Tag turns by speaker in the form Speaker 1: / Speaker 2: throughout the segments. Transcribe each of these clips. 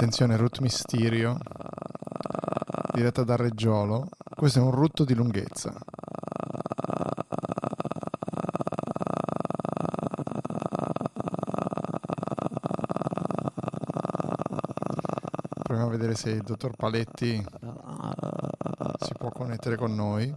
Speaker 1: Attenzione, Root Mysterio, diretta da Reggiolo. Questo è un rutto di lunghezza. Proviamo a vedere se il dottor Paletti si può connettere con noi.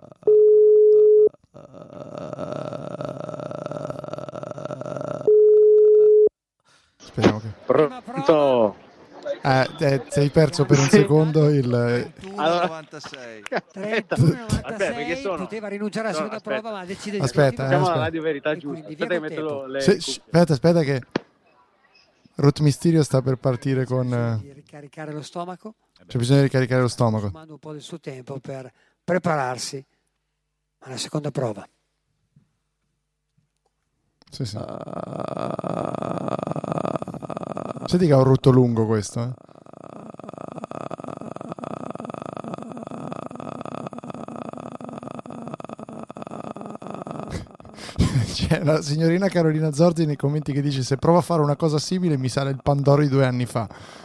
Speaker 1: Speriamo che...
Speaker 2: Pronto?
Speaker 1: Sei perso per un secondo il...
Speaker 3: 96.
Speaker 2: 31-96
Speaker 4: poteva rinunciare alla seconda prova, ma decide di
Speaker 1: Aspetta,
Speaker 2: Siamo alla radio verità giusta.
Speaker 4: quindi,
Speaker 2: Aspetta che
Speaker 4: via
Speaker 2: metto
Speaker 4: col
Speaker 2: le...
Speaker 1: Aspetta che Root Mysterio sta per partire con...
Speaker 4: di ricaricare lo stomaco.
Speaker 1: C'è bisogno di ricaricare lo stomaco.
Speaker 4: Manda un po' del suo tempo per prepararsi alla seconda prova.
Speaker 1: Sì. Senti che ha un rutto lungo questo, eh? C'è la signorina Carolina Zorzi nei commenti che dice: se provo a fare una cosa simile mi sale il Pandoro di 2 anni fa.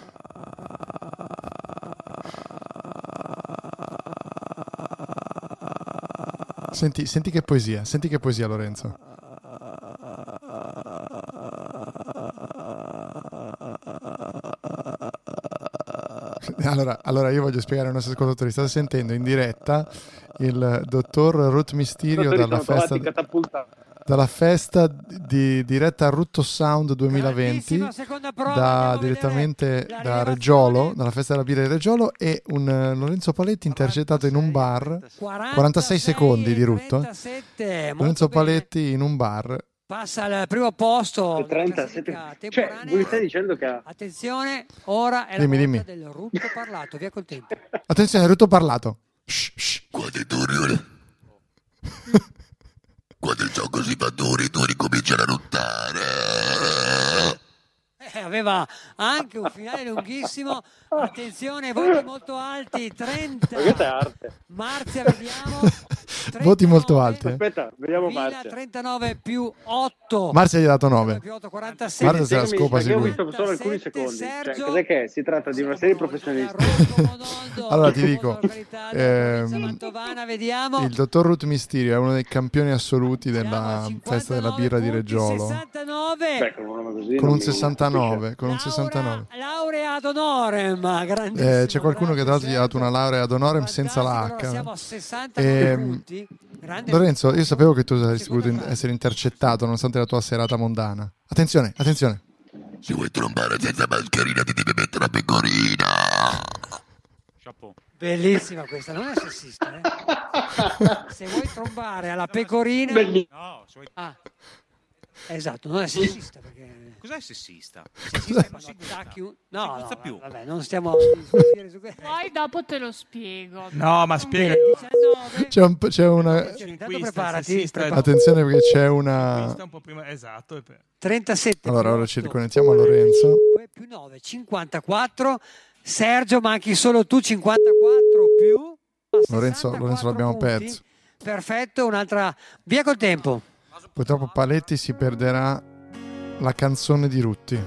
Speaker 1: Senti che poesia, Lorenzo. Allora io voglio spiegare ai nostri ascoltatori: state sentendo in diretta il dottor Root Mysterio dalla festa di diretta a Rutto Sound 2020 direttamente da Reggiolo, dalla festa della birra di Reggiolo, e un Lorenzo Paletti intercettato in un bar. 46 secondi di rutto. Lorenzo Paletti in un bar.
Speaker 4: Passa al primo posto.
Speaker 2: 37. Cioè, voi stai dicendo che...
Speaker 4: Attenzione, ora è la volta del rutto parlato. Via col tempo.
Speaker 1: Attenzione, rutto parlato.
Speaker 5: Quando sono così maturi, tu ricominci a ruttare.
Speaker 4: Aveva anche un finale lunghissimo. Attenzione, voti molto alti. 30.
Speaker 2: Questa è arte.
Speaker 4: Marzia, vediamo. 39,
Speaker 1: voti molto alti.
Speaker 2: Aspetta, vediamo Marzia.
Speaker 4: 39 più 8.
Speaker 1: Marzia gli ha dato 9.
Speaker 4: Più 8, 47.
Speaker 1: Marzia se la scopa
Speaker 2: Perché ho
Speaker 1: sicuro.
Speaker 2: visto solo alcuni secondi. Cioè, cos'è che è? Si tratta di una serie di professionisti.
Speaker 1: Allora ti dico,
Speaker 4: vediamo.
Speaker 1: il dottor Root Mysterio è uno dei campioni assoluti della festa della birra di Reggiolo.
Speaker 4: 69.
Speaker 2: Beh, con un nome così
Speaker 1: Con
Speaker 2: non
Speaker 1: un
Speaker 2: mi
Speaker 1: 69. Con un 69.
Speaker 4: Laurea ad honorem. Grandissimo.
Speaker 1: C'è qualcuno che tra l'altro gli ha dato una laurea ad honorem senza la H.
Speaker 4: Siamo a 69 punti.
Speaker 1: Lorenzo, io sapevo che tu saresti potuto essere intercettato nonostante la tua serata mondana. Attenzione.
Speaker 5: Se vuoi trombare senza mascherina ti devi mettere la pecorina.
Speaker 4: Bellissima questa, non è sessista, eh? Se vuoi trombare alla pecorina...
Speaker 3: No,
Speaker 4: esatto, non è sessista perché...
Speaker 3: Cos'è sessista?
Speaker 4: No,
Speaker 3: più.
Speaker 4: Vabbè, non stiamo a discutere su questo.
Speaker 6: Poi dopo te lo spiego.
Speaker 3: No, ma spiega.
Speaker 4: 19.
Speaker 1: C'è una...
Speaker 4: Intanto preparati.
Speaker 1: Attenzione perché c'è una...
Speaker 3: Un po' prima, esatto.
Speaker 4: 37.
Speaker 1: Allora, ora ci riconnettiamo a Lorenzo.
Speaker 4: Più 9, 54. Sergio, manchi solo tu, 54 più.
Speaker 1: Lorenzo l'abbiamo
Speaker 4: punti.
Speaker 1: perso.
Speaker 4: Perfetto, un'altra... Via col tempo.
Speaker 1: Purtroppo Paletti si perderà la canzone di Rutti.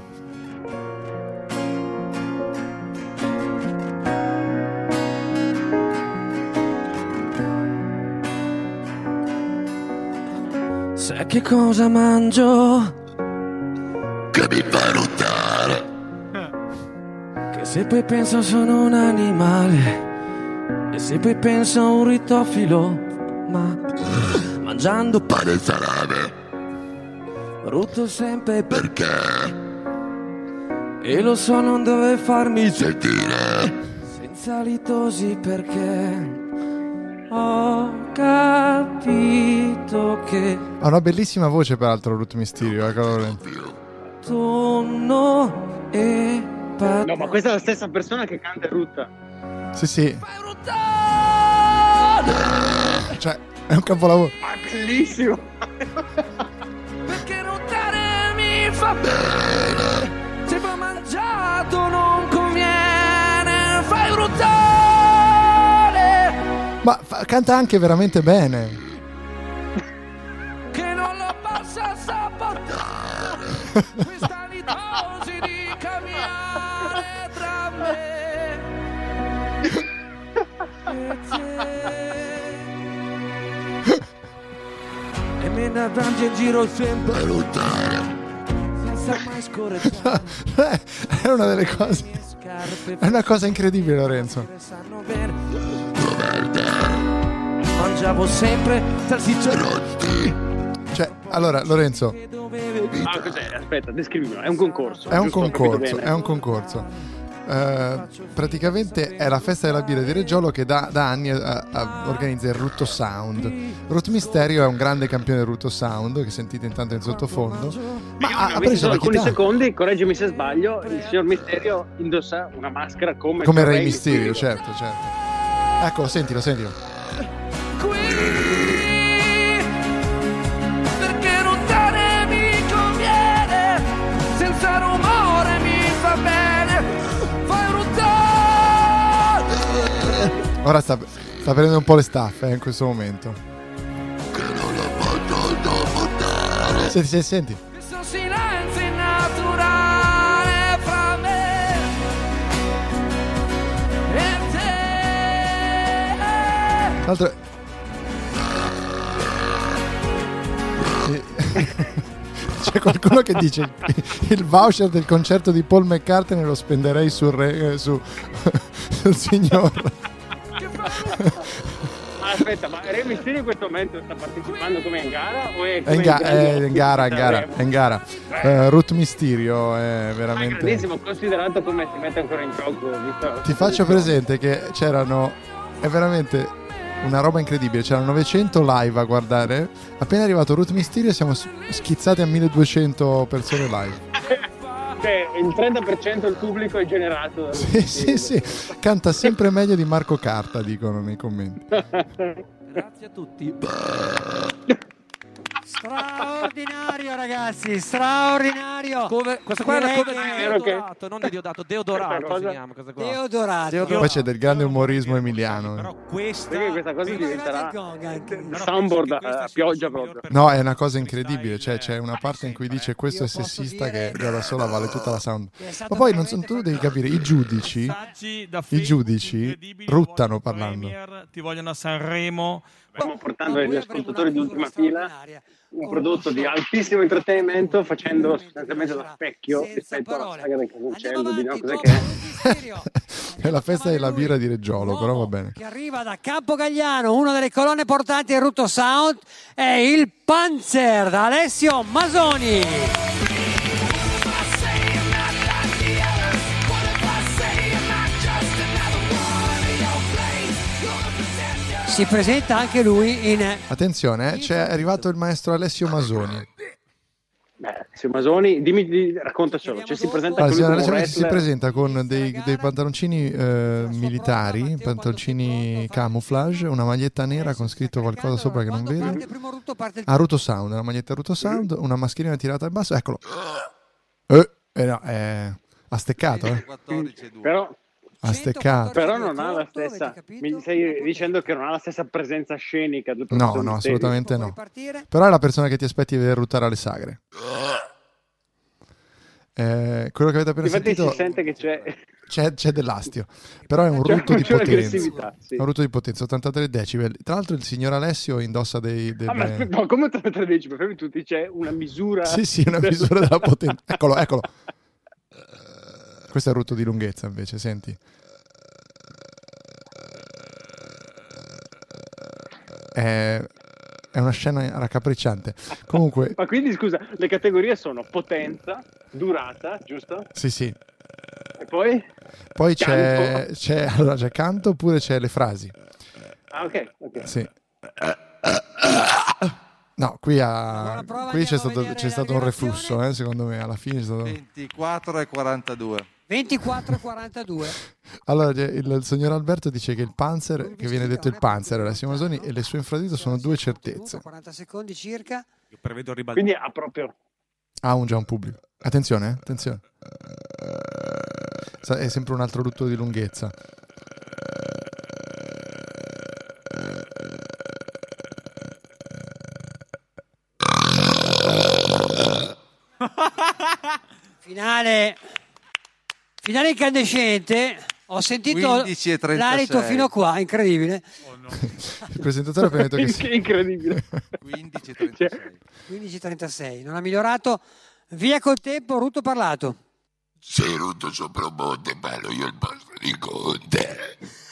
Speaker 7: Sai che cosa mangio?
Speaker 5: Che mi fa ruttare.
Speaker 7: Che se poi penso sono un animale, e se poi penso a un ritofilo, ma mangiando
Speaker 5: Pane e salame.
Speaker 7: rutto sempre
Speaker 5: Perché?
Speaker 7: e lo so non dove farmi
Speaker 5: Sentire.
Speaker 7: senza litosi, perché ho capito che
Speaker 1: Ha una bellissima voce peraltro Root Mysterio, Lorenzo.
Speaker 7: tonno e patate.
Speaker 2: No, ma questa è la stessa persona che canta e rutta.
Speaker 1: Sì.
Speaker 7: Fai ruttare!
Speaker 1: Cioè, è un capolavoro.
Speaker 2: Ma è bellissimo.
Speaker 7: Perché ruttare mi fa bene, se poi mangiato non conviene. Fai ruttare,
Speaker 1: Ma canta anche veramente bene.
Speaker 7: che non lo possa sopportare. Questa litosi di camminare tra me e te. E me ne avanti in giro sempre senza mai scorreggiare.
Speaker 1: È una delle cose. È una cosa incredibile, Lorenzo.
Speaker 7: Mangiavo sempre salsicce.
Speaker 1: Cioè, allora, Lorenzo,
Speaker 2: Cos'è? Aspetta, descrivilo. È un concorso.
Speaker 1: è un
Speaker 2: giusto? Ho capito
Speaker 1: concorso,
Speaker 2: bene.
Speaker 1: è un concorso. Praticamente è la festa della birra di Reggiolo che da anni organizza il Rutto Sound. Ruth Mysterio è un grande campione del Rutto Sound che sentite intanto in sottofondo, ma ha
Speaker 2: Visto
Speaker 1: preso la
Speaker 2: alcuni
Speaker 1: chitarra
Speaker 2: secondi, correggimi se sbaglio, il signor Misterio indossa una maschera come
Speaker 1: Re Mysterio, certo. Eccolo, sentilo.
Speaker 7: Qui perché ruttare mi conviene, senza rumore mi fa bene, fai ruttare.
Speaker 1: Ora sta prendendo un po' le staffe in questo momento. Senti.
Speaker 7: Questo silenzio innaturale fra me e te.
Speaker 1: Tra l'altro c'è qualcuno che dice il voucher del concerto di Paul McCartney lo spenderei sul signor.
Speaker 2: Aspetta, ma Re Mysterio in questo momento sta partecipando come in gara o è
Speaker 1: È in gara. Ruth Mysterio è
Speaker 2: È
Speaker 1: veramente.
Speaker 2: grandissimo, considerato come si mette ancora in gioco.
Speaker 1: Ti faccio presente che è veramente una roba incredibile. C'erano 900 live a guardare. Appena è arrivato Ruth Mysterio siamo schizzati a 1200 persone live.
Speaker 2: Cioè, il 30% del pubblico è generato da
Speaker 1: Sì. Canta sempre meglio di Marco Carta, dicono nei commenti.
Speaker 7: Grazie a tutti.
Speaker 4: Straordinario, ragazzi, straordinario.
Speaker 7: Questa qua è una cover di
Speaker 2: vero che-
Speaker 7: Deodorato, non di Diodato, Deodorato
Speaker 2: Questa
Speaker 7: si
Speaker 2: cosa-
Speaker 7: chiama questa qua.
Speaker 4: Deodorato.
Speaker 1: Poi c'è del grande umorismo emiliano.
Speaker 3: Però questa
Speaker 2: Perché questa cosa
Speaker 4: Prima
Speaker 2: diventerà
Speaker 4: grande gong anche.
Speaker 2: soundboard
Speaker 3: penso che questa
Speaker 2: a
Speaker 3: sia
Speaker 2: pioggia
Speaker 3: il miglior
Speaker 2: proprio.
Speaker 1: No, è una cosa incredibile. Cioè, c'è una parte in cui dice questo è
Speaker 4: Io posso
Speaker 1: sessista
Speaker 4: dire
Speaker 1: che già da sola vale tutta la sound.
Speaker 4: Che è stato
Speaker 1: Ma poi tu devi capire, i giudici ruttano parlando.
Speaker 3: Ti vogliono a Sanremo.
Speaker 2: Stiamo portando agli ascoltatori di ultima fila un prodotto di altissimo intrattenimento, facendo sostanzialmente da specchio rispetto alla saga del Casuncello, di no, cos'è che è?
Speaker 1: È la festa della birra di Reggiolo, però va bene.
Speaker 4: Che arriva da Campo Gagliano, una delle colonne portanti del Rutto Sound, è il Panzer da Alessio Masoni. Si presenta anche lui in
Speaker 1: Attenzione, c'è arrivato il maestro Alessio Masoni.
Speaker 2: Signor Masoni, raccontacelo. Cioè, si presenta
Speaker 1: Allora,
Speaker 2: con
Speaker 1: signora
Speaker 2: lui come
Speaker 1: Alessio si
Speaker 2: wrestler.
Speaker 1: presenta con dei pantaloncini militari, pantaloncini camouflage, una maglietta nera con scritto qualcosa sopra che non vedo. A Rutto Sound, una maglietta Rutto Sound, una mascherina tirata in basso, eccolo. No, ha steccato,
Speaker 2: Però
Speaker 1: ha steccato.
Speaker 2: Però non ha la stessa. Mi stai dicendo che non ha la stessa presenza scenica del professor
Speaker 1: No,
Speaker 2: Mysterio?
Speaker 1: assolutamente no. Però è la persona che ti aspetti di vedere ruttare alle sagre. Quello che avete appena
Speaker 2: Infatti
Speaker 1: sentito
Speaker 2: si sente che
Speaker 1: c'è dell'astio, però è un
Speaker 2: C'è-
Speaker 1: rutto di
Speaker 2: c'è
Speaker 1: potenza.
Speaker 2: un'aggressività, sì.
Speaker 1: È un rutto di potenza, 83 decibel. Tra l'altro il signor Alessio indossa
Speaker 2: Ah, ma aspetta, come 83 decibel? Fermi tutti, c'è una misura.
Speaker 1: Sì, una misura della potenza. Eccolo. Questo è il rutto di lunghezza invece, senti. È una scena raccapricciante. Comunque,
Speaker 2: Ma quindi scusa, le categorie sono potenza, durata, giusto?
Speaker 1: sì.
Speaker 2: E poi?
Speaker 1: Poi
Speaker 2: Canto.
Speaker 1: c'è canto oppure c'è le frasi.
Speaker 2: Ah, ok.
Speaker 1: Sì. No, qui c'è stato un reflusso, secondo me, alla fine c'è stato...
Speaker 8: 24 e 42.
Speaker 4: 24 e 42.
Speaker 1: Allora, il signor Alberto dice che il Panzer, che viene detto il Panzer, Alessio Masoni, e le sue infradito sono due certezze.
Speaker 4: 40 secondi circa.
Speaker 3: Io prevedo il ribaltone.
Speaker 2: Quindi ha proprio...
Speaker 1: Ha già un pubblico. Attenzione. È sempre un altro rutto di lunghezza.
Speaker 4: Finale Finale incandescente. Ho sentito
Speaker 8: 15 e 36.
Speaker 4: l'alito fino qua, incredibile.
Speaker 3: Oh, no.
Speaker 1: Il presentatore ha appena detto che
Speaker 2: Che incredibile.
Speaker 8: 15 e 36.
Speaker 4: 15:36. Non ha migliorato. Via col tempo, Ruto parlato.
Speaker 5: Sei rotto sopra un monte, parlo io il posto di Conte.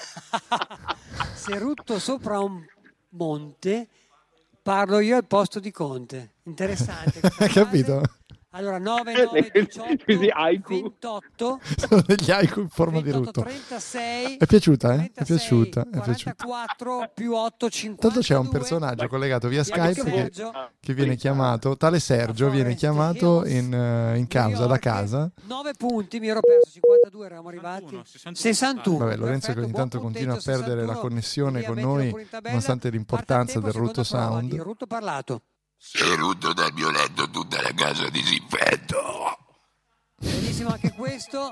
Speaker 4: Serutto sopra un monte, parlo io al posto di Conte. Interessante. questa
Speaker 1: Hai capito?
Speaker 4: frase. Allora 9, 9, 18,
Speaker 2: Così, haiku.
Speaker 4: 28,
Speaker 1: Sono degli haiku in forma di
Speaker 4: 28,
Speaker 1: rutto.
Speaker 4: 36,
Speaker 1: È piaciuta, eh?
Speaker 4: 36,
Speaker 1: È piaciuta, è piaciuta.
Speaker 4: 44 più 8, 52.
Speaker 1: Tanto c'è un personaggio collegato via
Speaker 4: Bianco
Speaker 1: Skype
Speaker 4: Sergio.
Speaker 1: che viene chiamato, tale Sergio viene chiamato in causa da casa.
Speaker 4: 9 punti, mi ero perso 52, eravamo arrivati
Speaker 3: 61.
Speaker 4: 61.
Speaker 1: Vabbè, Lorenzo che
Speaker 4: Perfetto,
Speaker 1: ogni tanto
Speaker 4: buon
Speaker 1: continua a
Speaker 4: punteggio,
Speaker 1: perdere la
Speaker 4: 61.
Speaker 1: connessione
Speaker 4: Via,
Speaker 1: con
Speaker 4: mettilo
Speaker 1: noi
Speaker 4: pure in tabella.
Speaker 1: nonostante l'importanza
Speaker 4: Parte
Speaker 1: del
Speaker 4: il
Speaker 1: Rutto
Speaker 4: tempo, seconda prova di
Speaker 1: Sound.
Speaker 4: Rutto parlato.
Speaker 5: Sei rotto dal mio letto, tutta la casa disinfetto.
Speaker 4: Bellissimo anche questo.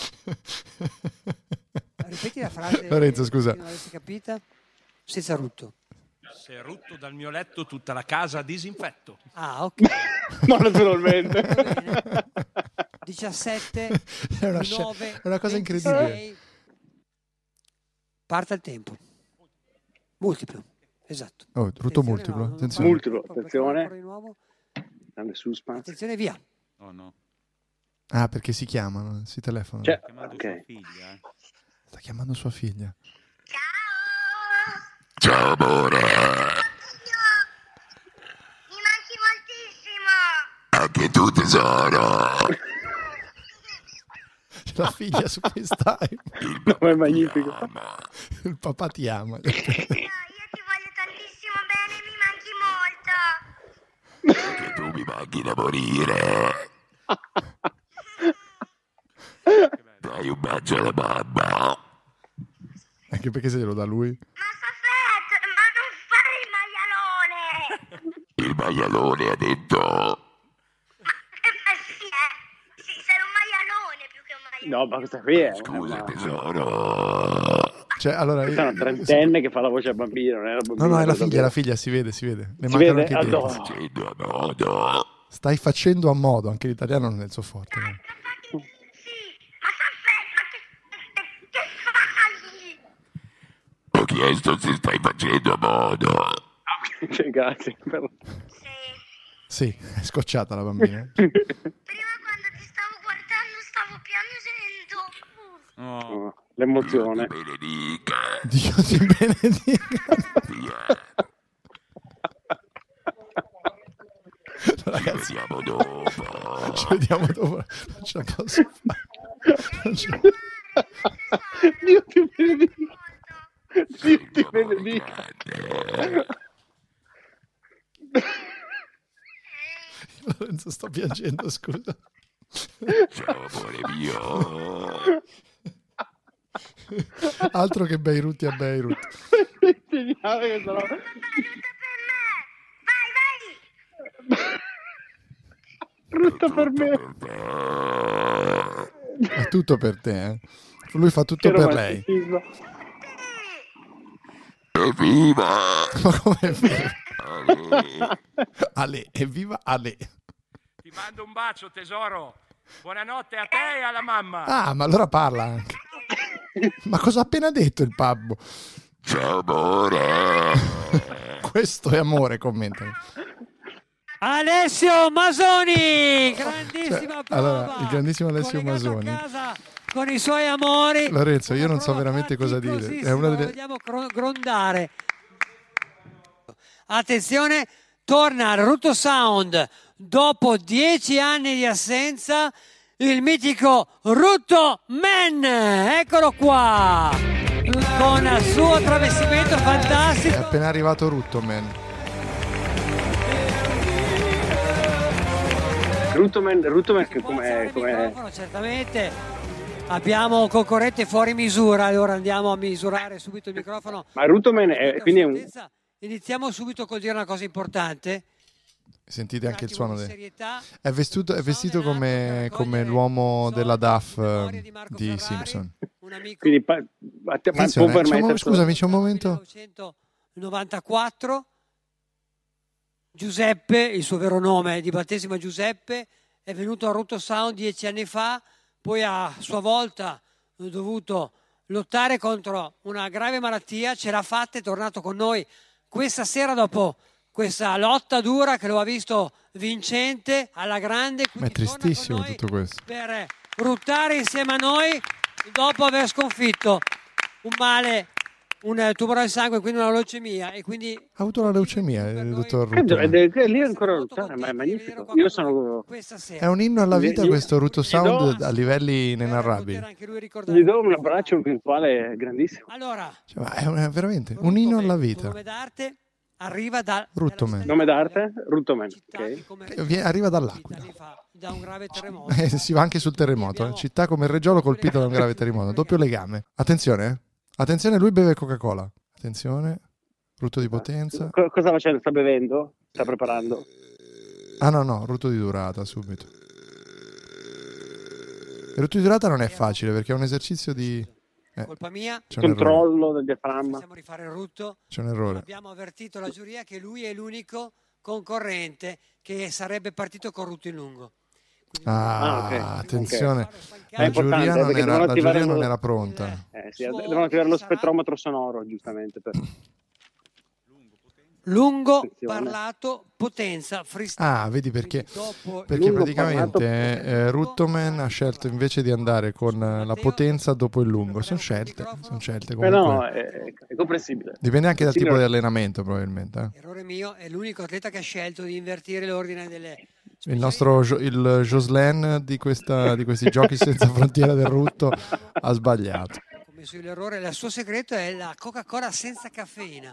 Speaker 4: Ripeti la frase.
Speaker 1: Lorenzo, scusa.
Speaker 4: Non l'avessi capita. Senza Rutto.
Speaker 3: Se rutto dal mio letto tutta la casa disinfetto.
Speaker 4: Ah, ok.
Speaker 2: No, naturalmente.
Speaker 4: Va bene. 17
Speaker 1: È una,
Speaker 4: più 9,
Speaker 1: è una cosa
Speaker 4: 26.
Speaker 1: incredibile.
Speaker 4: Parte il tempo. Multiplo. Esatto.
Speaker 1: Oh, Rutto
Speaker 4: Attenzione,
Speaker 1: multiplo,
Speaker 4: no,
Speaker 1: attenzione.
Speaker 2: Multiplo,
Speaker 4: Ancora
Speaker 2: attenzione.
Speaker 4: di nuovo.
Speaker 2: Grande suspense.
Speaker 4: Attenzione, via.
Speaker 3: Oh no.
Speaker 1: Ah, perché si chiamano, si telefonano.
Speaker 2: Cioè,
Speaker 3: Chiamando
Speaker 2: ok.
Speaker 3: sua figlia.
Speaker 1: Sta chiamando sua figlia.
Speaker 5: Ciao amore.
Speaker 9: Mi manchi moltissimo.
Speaker 5: Anche tu tesoro.
Speaker 1: C'è la figlia su FaceTime.
Speaker 2: No, è magnifico.
Speaker 1: Il papà ti ama.
Speaker 9: Io ti voglio tantissimo bene, mi manchi molto.
Speaker 5: Anche tu mi manchi da morire. Dai un bacio alla mamma.
Speaker 1: Anche perché se glielo dà lui.
Speaker 9: Ma Safet, ma non fare il maialone.
Speaker 5: Il maialone ha detto.
Speaker 9: Ma sì, sì, sei un maialone più che un maialone.
Speaker 2: No, ma questa qui è
Speaker 5: Scusa
Speaker 2: una,
Speaker 5: tesoro.
Speaker 1: Cioè, allora
Speaker 2: questa è una trentenne che fa la voce a bambino. Non è la
Speaker 1: No,
Speaker 2: bambina,
Speaker 1: no, è la
Speaker 2: davvero.
Speaker 1: figlia, è la figlia, si vede, si vede. Ne
Speaker 2: Si
Speaker 1: mancano
Speaker 2: vede?
Speaker 1: anche i denti.
Speaker 2: Allora.
Speaker 5: Facendo a modo.
Speaker 1: Stai facendo a modo, anche l'italiano non è il suo forte. No?
Speaker 9: Sì, ma Safet, ma che fai?
Speaker 5: Ho chiesto se stai facendo a modo.
Speaker 2: Cioè, grazie.
Speaker 9: Sì.
Speaker 1: Sì, è scocciata la bambina.
Speaker 9: Prima quando ti stavo guardando stavo piangendo.
Speaker 3: Oh.
Speaker 2: No, l'emozione.
Speaker 5: Benedica.
Speaker 1: Dio ti benedica. Ragazzi,
Speaker 5: Ci vediamo dopo.
Speaker 1: ci vediamo dopo. Non ce la posso fare. Non ce-
Speaker 2: Dio ti benedica. Dio ti benedica.
Speaker 5: Grande.
Speaker 1: Lorenzo, sto piangendo, scusa.
Speaker 5: Ciao amore mio.
Speaker 1: Altro che Beirut a Beirut.
Speaker 2: Geniale questa roba. Brutta per me.
Speaker 1: È tutto per te, eh. Lui fa tutto
Speaker 2: Che
Speaker 1: per lei.
Speaker 2: romanticismo.
Speaker 5: Evviva.
Speaker 1: Ma come Ale, evviva Ale.
Speaker 3: Ti mando un bacio, tesoro. Buonanotte a te e alla mamma.
Speaker 1: Ah, ma allora parla anche. Ma cosa ha appena detto il Pabbo?
Speaker 5: Ciao amore.
Speaker 1: Questo è amore, commenta.
Speaker 4: Alessio Masoni, grandissima prova.
Speaker 1: allora, il grandissimo Alessio
Speaker 4: Collegato
Speaker 1: Masoni.
Speaker 4: a casa con i suoi amori.
Speaker 1: Lorenzo, io
Speaker 4: Una
Speaker 1: non so
Speaker 4: prova
Speaker 1: veramente cosa dire. È
Speaker 4: faticosissima,
Speaker 1: una
Speaker 4: lo
Speaker 1: delle...
Speaker 4: vediamo grondare. Attenzione, torna al Rutto Sound dopo 10 anni di assenza il mitico Rutto Man. Eccolo qua, con il suo travestimento
Speaker 1: È
Speaker 4: fantastico.
Speaker 1: appena arrivato Rutto, man.
Speaker 2: Ruttoman che
Speaker 4: Alzare
Speaker 2: come
Speaker 4: il microfono, certamente abbiamo un concorrente fuori misura, allora andiamo a misurare subito il microfono.
Speaker 2: ma Ruttoman è quindi è un
Speaker 4: Iniziamo subito col dire una cosa importante.
Speaker 1: Sentite anche il
Speaker 4: Un attimo
Speaker 1: suono.
Speaker 4: di serietà.
Speaker 1: È vestito come l'uomo della DAF di Simpson.
Speaker 4: Un amico
Speaker 2: quindi ma può
Speaker 1: Attenzione,
Speaker 2: permettersi.
Speaker 1: scusami, c'è un momento.
Speaker 4: 1994. Giuseppe, il suo vero nome di battesimo è Giuseppe, è venuto a Rutto Sound 10 anni fa poi a sua volta dovuto lottare contro una grave malattia, ce l'ha fatta, è tornato con noi questa sera dopo questa lotta dura che lo ha visto vincente alla grande.
Speaker 1: Ma è tristissimo tutto questo.
Speaker 4: Per ruttare insieme a noi dopo aver sconfitto un male, un tumore al sangue, quindi una leucemia, e quindi
Speaker 1: ha avuto la leucemia il dottor Ruto.
Speaker 2: Lì è ancora lottare, ma è magnifico. Io sono...
Speaker 1: È un inno alla vita questo Ruto Sound a livelli inenarrabili.
Speaker 2: Gli do un abbraccio virtuale grandissimo.
Speaker 4: Allora,
Speaker 1: cioè, è veramente un inno alla vita.
Speaker 4: Nome d'arte arriva da
Speaker 1: Ruttoman.
Speaker 2: Nome d'arte? Ruttoman. Okay.
Speaker 1: Arriva dall'Aquila.
Speaker 4: Da un grave terremoto.
Speaker 1: Si va anche sul terremoto. Città come il Reggiolo colpita da un grave terremoto. Doppio legame. Attenzione, attenzione, lui beve Coca-Cola. Attenzione, Rutto di potenza.
Speaker 2: Cosa sta facendo? Sta bevendo? Sta preparando?
Speaker 1: Ah no, Rutto di durata subito. Il Rutto di durata non è facile perché è un esercizio di...
Speaker 4: Colpa mia.
Speaker 2: Controllo del diaframma.
Speaker 4: Possiamo rifare il rutto.
Speaker 1: C'è un errore.
Speaker 4: Abbiamo avvertito la giuria che lui è l'unico concorrente che sarebbe partito con rutto in lungo.
Speaker 1: Okay. Attenzione.
Speaker 2: Okay.
Speaker 1: La giuria non era pronta.
Speaker 2: Sì, devono attivare lo spettrometro sonoro, giustamente.
Speaker 4: Lungo, parlato, potenza, freestyle.
Speaker 1: Vedi perché praticamente Ruttoman ha scelto invece di andare con la potenza dopo il lungo. Sono scelte comunque.
Speaker 2: No, è comprensibile.
Speaker 1: Dipende anche dal tipo di allenamento probabilmente.
Speaker 4: Errore mio, è l'unico atleta che ha scelto di invertire l'ordine delle...
Speaker 1: Il nostro il Jocelyn di questi giochi senza frontiera del Rutto ha sbagliato.
Speaker 4: L'errore, il suo segreto è la Coca-Cola senza caffeina.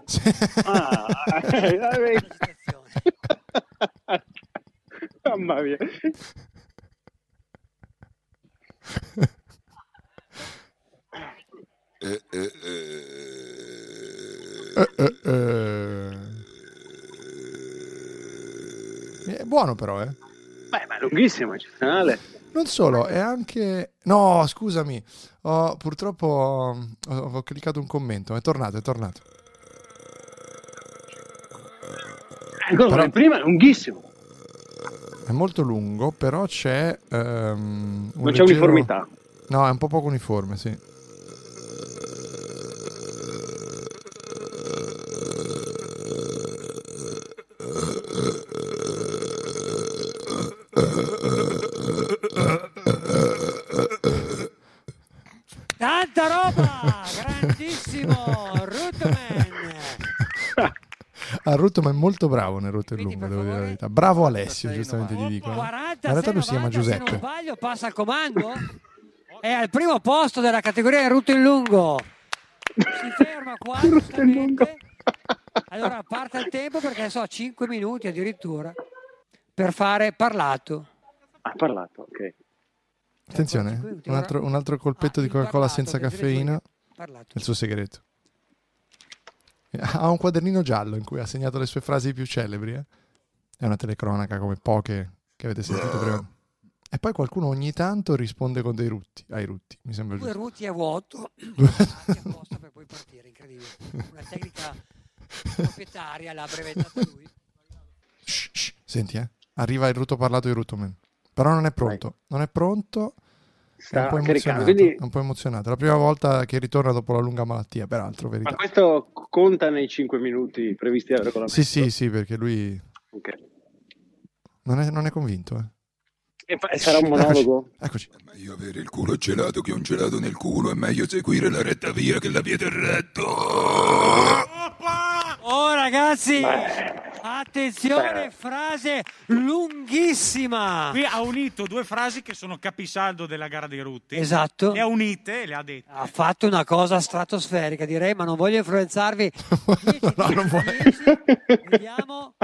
Speaker 2: Mamma mia.
Speaker 1: È buono però,
Speaker 2: Beh, ma è lunghissimo, è eccezionale.
Speaker 1: Non solo, è anche... No, scusami, purtroppo ho cliccato un commento, è tornato.
Speaker 2: Però... il primo è lunghissimo.
Speaker 1: È molto lungo, però c'è...
Speaker 2: non c'è uniformità.
Speaker 1: No, è un po' poco uniforme, sì.
Speaker 4: Tanta roba, grandissimo Ruttoman.
Speaker 1: Ruttoman è molto bravo nel rutto in lungo, devo dire la verità. Bravo Alessio, giustamente ti dico.
Speaker 4: 46,
Speaker 1: in realtà lui si chiama Giuseppe.
Speaker 4: Se non sbaglio, passa al comando. È al primo posto della categoria rutto in lungo. Si ferma qua. Allora parte il tempo perché 5 minuti addirittura per fare parlato.
Speaker 2: Parlato, ok.
Speaker 1: Attenzione, un altro colpetto di Coca-Cola senza caffeina. È il suo segreto. Ha un quadernino giallo in cui ha segnato le sue frasi più celebri. È una telecronaca come poche che avete sentito prima. E poi qualcuno ogni tanto risponde con dei rutti. Ai rutti, mi sembra giusto.
Speaker 4: 2 rutti a vuoto. Apposta per poi partire, incredibile. Una tecnica proprietaria l'ha brevettata lui.
Speaker 1: Senti, arriva il rutto parlato di Ruttoman. Però non è pronto. È un po' emozionato.
Speaker 2: Quindi...
Speaker 1: È un po' emozionato. È la prima volta che ritorna dopo la lunga malattia, peraltro, verità.
Speaker 2: Ma questo conta nei 5 minuti previsti dal regolamento?
Speaker 1: Sì, perché lui non è convinto.
Speaker 2: E sarà un monologo?
Speaker 1: Eccoci.
Speaker 5: È meglio avere il culo gelato che un gelato nel culo. È meglio seguire la retta via che la via del retto.
Speaker 4: Oh ragazzi, attenzione, frase lunghissima.
Speaker 3: Qui ha unito 2 frasi che sono capisaldo della gara dei rutti.
Speaker 4: Esatto.
Speaker 3: Le ha unite e le ha dette.
Speaker 4: Ha fatto una cosa stratosferica, direi, ma non voglio influenzarvi. 10,
Speaker 1: non voglio.
Speaker 4: Vediamo.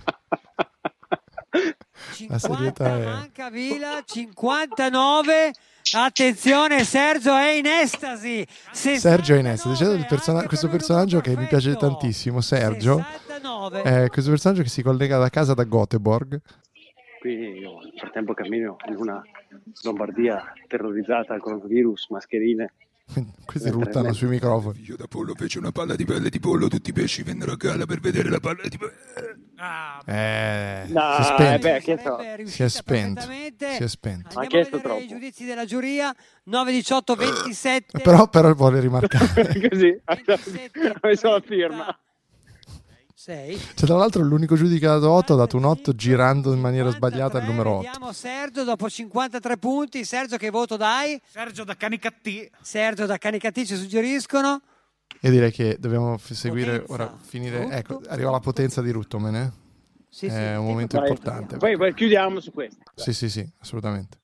Speaker 4: 50 manca Vila, 59. Attenzione, Sergio è in estasi.
Speaker 1: Sergio è in estasi. C'è questo personaggio che mi piace tantissimo, Sergio. 69. Questo personaggio che si collega da casa da Göteborg.
Speaker 2: Qui io nel frattempo cammino in una Lombardia terrorizzata dal coronavirus, mascherine.
Speaker 1: Questi ruttano sui microfoni.
Speaker 5: Figlio da pollo fece una palla di pelle di pollo, tutti i pesci vennero a galla per vedere la palla di pelle.
Speaker 1: Si è spento.
Speaker 2: Che so.
Speaker 1: Si è spento. Si è spento.
Speaker 2: Ha chiesto troppo.
Speaker 4: I giudizi della giuria 9, 18, 27.
Speaker 1: Però vuole rimarcare.
Speaker 2: Così, ha messo la firma.
Speaker 4: 6.
Speaker 1: Cioè, tra l'altro l'unico giudice che ha dato 8 ha dato un 8 girando in maniera sbagliata il numero 8.
Speaker 4: Vediamo Sergio dopo 53 punti. Sergio, che voto dai?
Speaker 8: Sergio da Canicattì.
Speaker 4: Sergio da Canicattì ci suggeriscono.
Speaker 1: E direi che dobbiamo seguire
Speaker 4: Potenza.
Speaker 1: ora, finire.
Speaker 4: Rutto.
Speaker 1: Ecco, arriva la potenza di Ruttomen.
Speaker 4: Sì,
Speaker 1: È un momento
Speaker 2: Vai.
Speaker 1: importante.
Speaker 2: Poi chiudiamo su questo.
Speaker 1: Sì, assolutamente.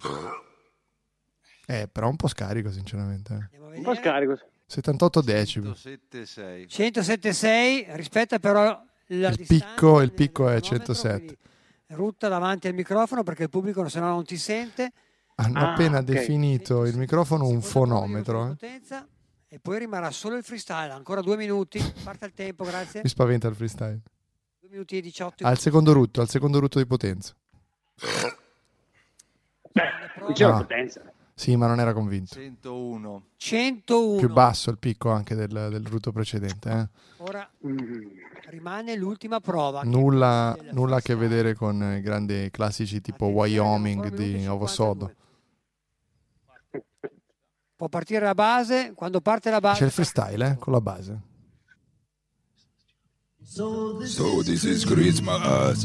Speaker 1: Però un po' scarico, sinceramente.
Speaker 4: Andiamo a
Speaker 2: Un
Speaker 4: vedere.
Speaker 2: po' scarico.
Speaker 1: 78 decibel.
Speaker 8: 107,6.
Speaker 4: 107,6. Rispetta però la
Speaker 1: Il
Speaker 4: distanza
Speaker 1: picco è
Speaker 4: del termometro,
Speaker 1: 107.
Speaker 4: quindi Rutta davanti al microfono perché il pubblico se no non ti sente.
Speaker 1: Hanno appena
Speaker 2: ok.
Speaker 1: definito il microfono un
Speaker 4: Seconda
Speaker 1: fonometro.
Speaker 4: prova di potenza, e poi rimarrà solo il freestyle. Ancora 2 minuti. Parte il tempo, grazie.
Speaker 1: Mi spaventa il freestyle.
Speaker 4: 2 minuti e 18.
Speaker 1: Al secondo rutto di potenza.
Speaker 2: Qui c'è la
Speaker 1: Ah.
Speaker 2: potenza.
Speaker 1: Sì, ma non era convinto.
Speaker 8: 101.
Speaker 4: 101.
Speaker 1: Più basso il picco anche del rutto precedente.
Speaker 4: Ora rimane l'ultima prova.
Speaker 1: Nulla
Speaker 4: Del
Speaker 1: a che
Speaker 4: freestyle.
Speaker 1: vedere con i grandi classici tipo
Speaker 4: Attenzione,
Speaker 1: Wyoming
Speaker 4: ancora minuto
Speaker 1: di
Speaker 4: e
Speaker 1: Ovosodo.
Speaker 4: 52. Può partire la base. Quando parte la base
Speaker 1: C'è il freestyle, con la base.
Speaker 5: So this is Christmas.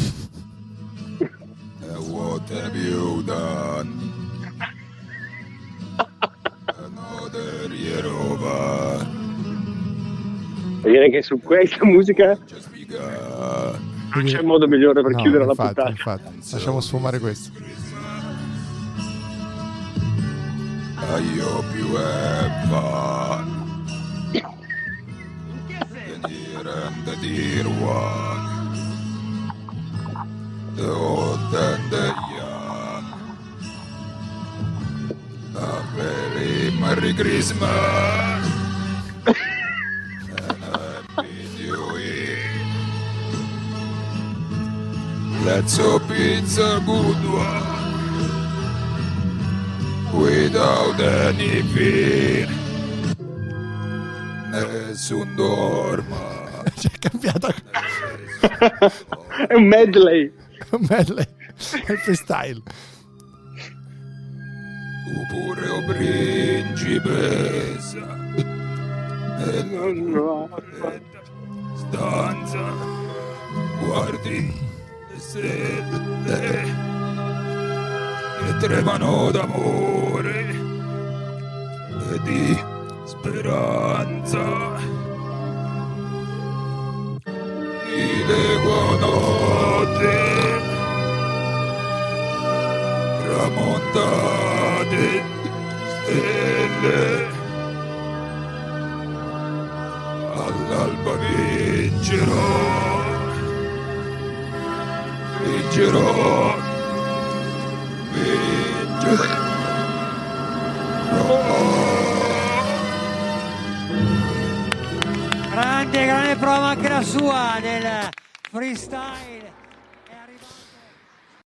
Speaker 5: And what have you done? Another year over.
Speaker 2: Direi che su questa musica
Speaker 5: Just begun.
Speaker 2: non c'è modo migliore per
Speaker 1: No,
Speaker 2: chiudere
Speaker 1: infatti,
Speaker 2: la puntata.
Speaker 1: infatti. Lasciamo sfumare questo.
Speaker 5: I hope you have fun. The near and the dear one. The old and the young. A very Merry Christmas. And Happy New Year. Let's hope it's a good one. Without any fear. Nessun dorma.
Speaker 1: C'è cambiata
Speaker 2: È un medley.
Speaker 1: un medley. È il freestyle.
Speaker 5: Tu pure o principessa.
Speaker 2: No.
Speaker 5: Stanza. Guardi le stelle che tremano d'amore e di speranza. Mi leggono a te, tramontate stelle. All'alba vincerò,
Speaker 4: grande prova anche la sua nel freestyle